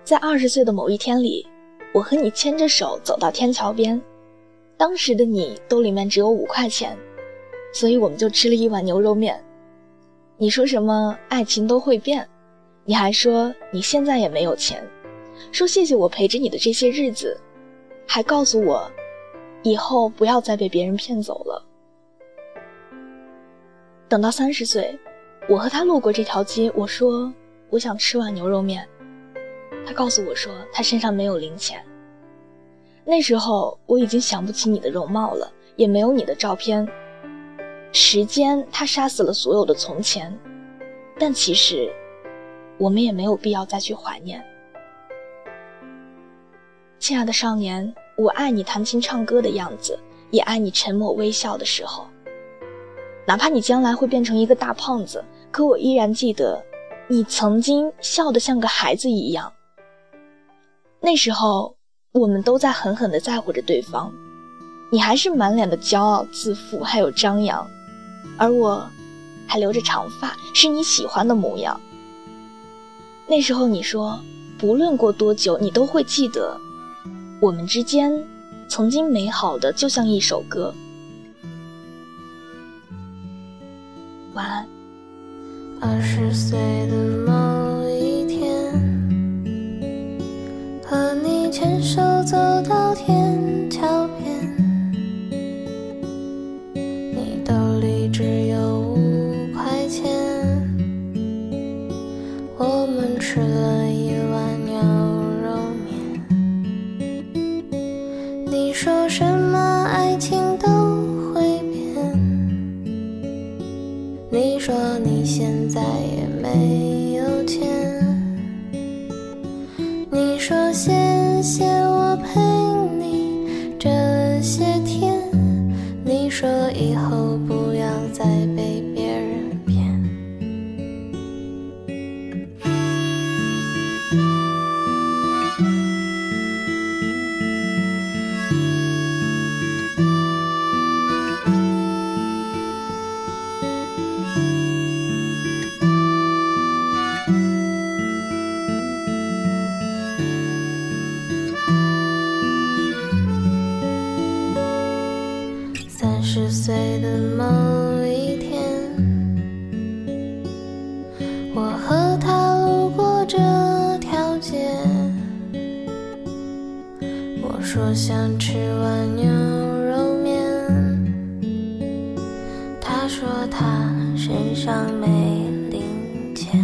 在20岁的某一天里，我和你牵着手走到天桥边，当时的你兜里面只有5块钱，所以我们就吃了一碗牛肉面。你说什么爱情都会变，你还说你现在也没有钱，说谢谢我陪着你的这些日子，还告诉我以后不要再被别人骗走了。等到30岁，我和他路过这条街，我说我想吃碗牛肉面，他告诉我说他身上没有零钱。那时候我已经想不起你的容貌了，也没有你的照片。时间它杀死了所有的从前，但其实我们也没有必要再去怀念。亲爱的少年，我爱你弹琴唱歌的样子，也爱你沉默微笑的时候。哪怕你将来会变成一个大胖子，可我依然记得你曾经笑得像个孩子一样。那时候我们都在狠狠地在乎着对方，你还是满脸的骄傲自负还有张扬，而我还留着长发，是你喜欢的模样。那时候你说不论过多久你都会记得我们之间曾经美好的就像一首歌。晚安。 20岁的某一天，和你牵手走到天桥边，你兜里只有5块钱，我们吃了一碗牛肉面。你说什么爱情都会变，你说你现在也没有钱，你说谢谢我陪你这些天，你说以后不要再被别人骗。30岁的某一天，我和他路过这条街，我说想吃碗牛肉面，他说他身上没零钱，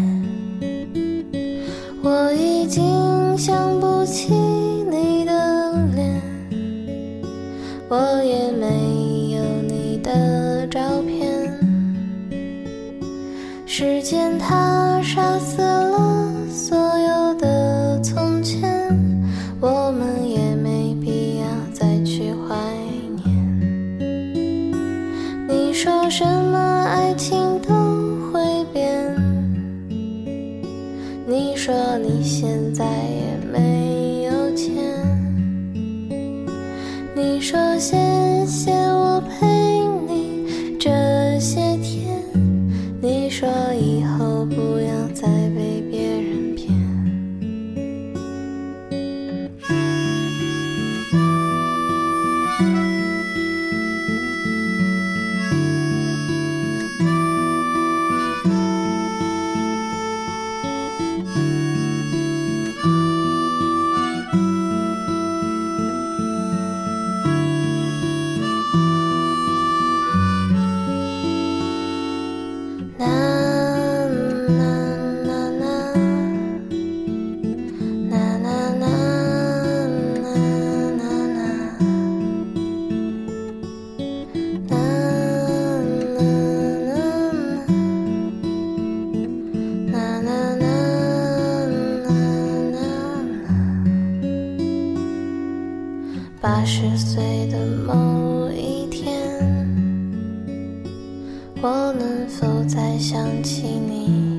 我已经想不起你的脸，我也没有你的照片，时间它杀死了所有的从前，我们也没必要再去怀念。你说什么爱情都会变，你说你现在也没有钱，你说谢谢我陪你这些天，你说以后不要再被别人骗。80岁的某一天，我能否再想起你？